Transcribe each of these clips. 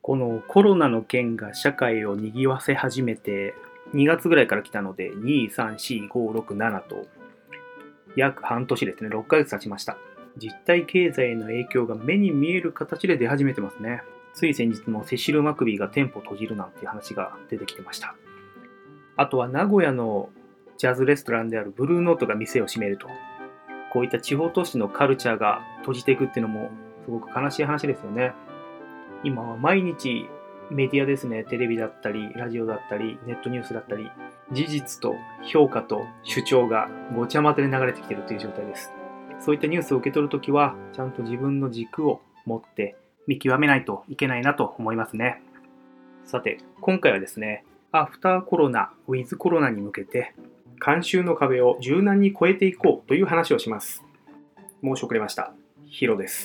このコロナの件が社会を賑わせ始めて2月ぐらいから来たので2、3、4、5、6、7と約半年ですね、6ヶ月経ちました。実体経済への影響が目に見える形で出始めてますね。つい先日もセシル・マクビーが店舗閉じるなんていう話が出てきてました。あとは名古屋のジャズレストランであるブルーノートが店を閉めると。こういった地方都市のカルチャーが閉じていくっていうのもすごく悲しい話ですよね。今は毎日メディアですね、テレビだったりラジオだったりネットニュースだったり、事実と評価と主張がごちゃ混ぜで流れてきているという状態です。そういったニュースを受け取るときはちゃんと自分の軸を持って見極めないといけないなと思いますね。さて、今回はですね、アフターコロナ、ウィズコロナに向けて慣習の壁を柔軟に越えていこうという話をします。申し遅れました。ヒロです。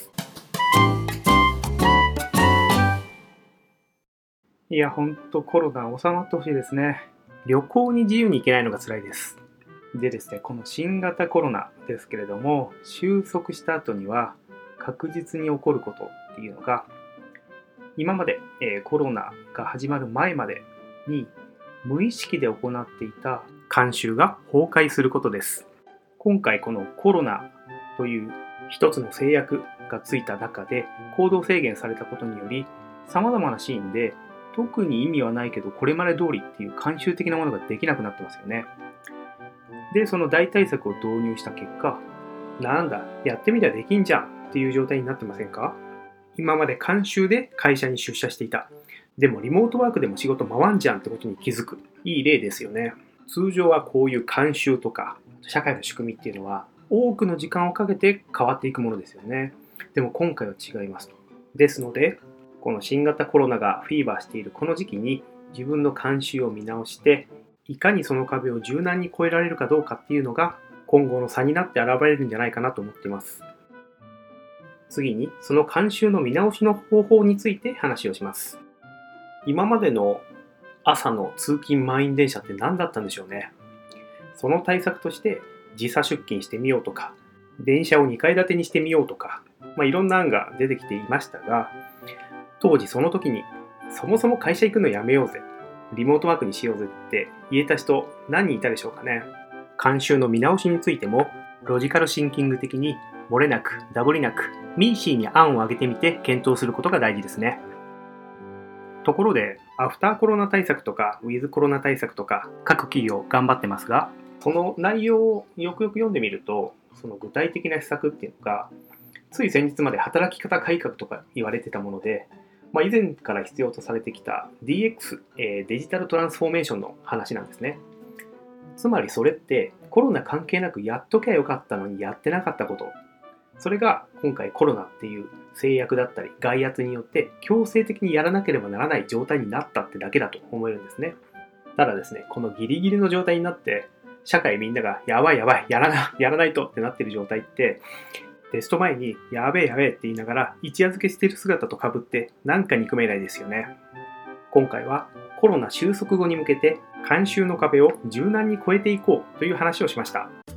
いや、ほんとコロナ収まってほしいですね。旅行に自由に行けないのが辛いです。でですね、この新型コロナですけれども、収束した後には確実に起こることっていうのが、今まで、コロナが始まる前までに無意識で行っていた慣習が崩壊することです。今回このコロナという一つの制約がついた中で行動制限されたことにより、様々なシーンで特に意味はないけどこれまで通りっていう慣習的なものができなくなってますよね。で、その代替策を導入した結果、なんだ、やってみたらできんじゃんっていう状態になってませんか？今まで慣習で会社に出社していた。でもリモートワークでも仕事回んじゃんってことに気づく。いい例ですよね。通常はこういう慣習とか社会の仕組みっていうのは多くの時間をかけて変わっていくものですよね。でも今回は違いますと。ですので、この新型コロナがフィーバーしているこの時期に自分の慣習を見直して、いかにその壁を柔軟に越えられるかどうかっていうのが今後の差になって現れるんじゃないかなと思っています。次にその慣習の見直しの方法について話をします。今までの朝の通勤満員電車って何だったんでしょうね。その対策として時差出勤してみようとか、電車を2階建てにしてみようとか、いろんな案が出てきていましたが、当時その時にそもそも会社行くのやめようぜ、リモートワークにしようぜって言えた人何人いたでしょうかね。慣習の見直しについてもロジカルシンキング的に漏れなくダブりなくミーシーに案を挙げてみて検討することが大事ですね。ところでアフターコロナ対策とかウィズコロナ対策とか各企業頑張ってますが、その内容をよくよく読んでみると、その具体的な施策っていうのがつい先日まで働き方改革とか言われてたもので、以前から必要とされてきた DX、デジタルトランスフォーメーションの話なんですね。つまりそれってコロナ関係なくやっときゃよかったのにやってなかったこと、それが今回コロナっていう制約だったり外圧によって強制的にやらなければならない状態になったってだけだと思えるんですね。ただですね、このギリギリの状態になって社会みんながやばいやばいやらないとってなってる状態って、テスト前にやべえやべえって言いながら一夜漬けしてる姿と被ってなんか憎めないですよね。今回はコロナ収束後に向けて慣習の壁を柔軟に越えていこうという話をしました。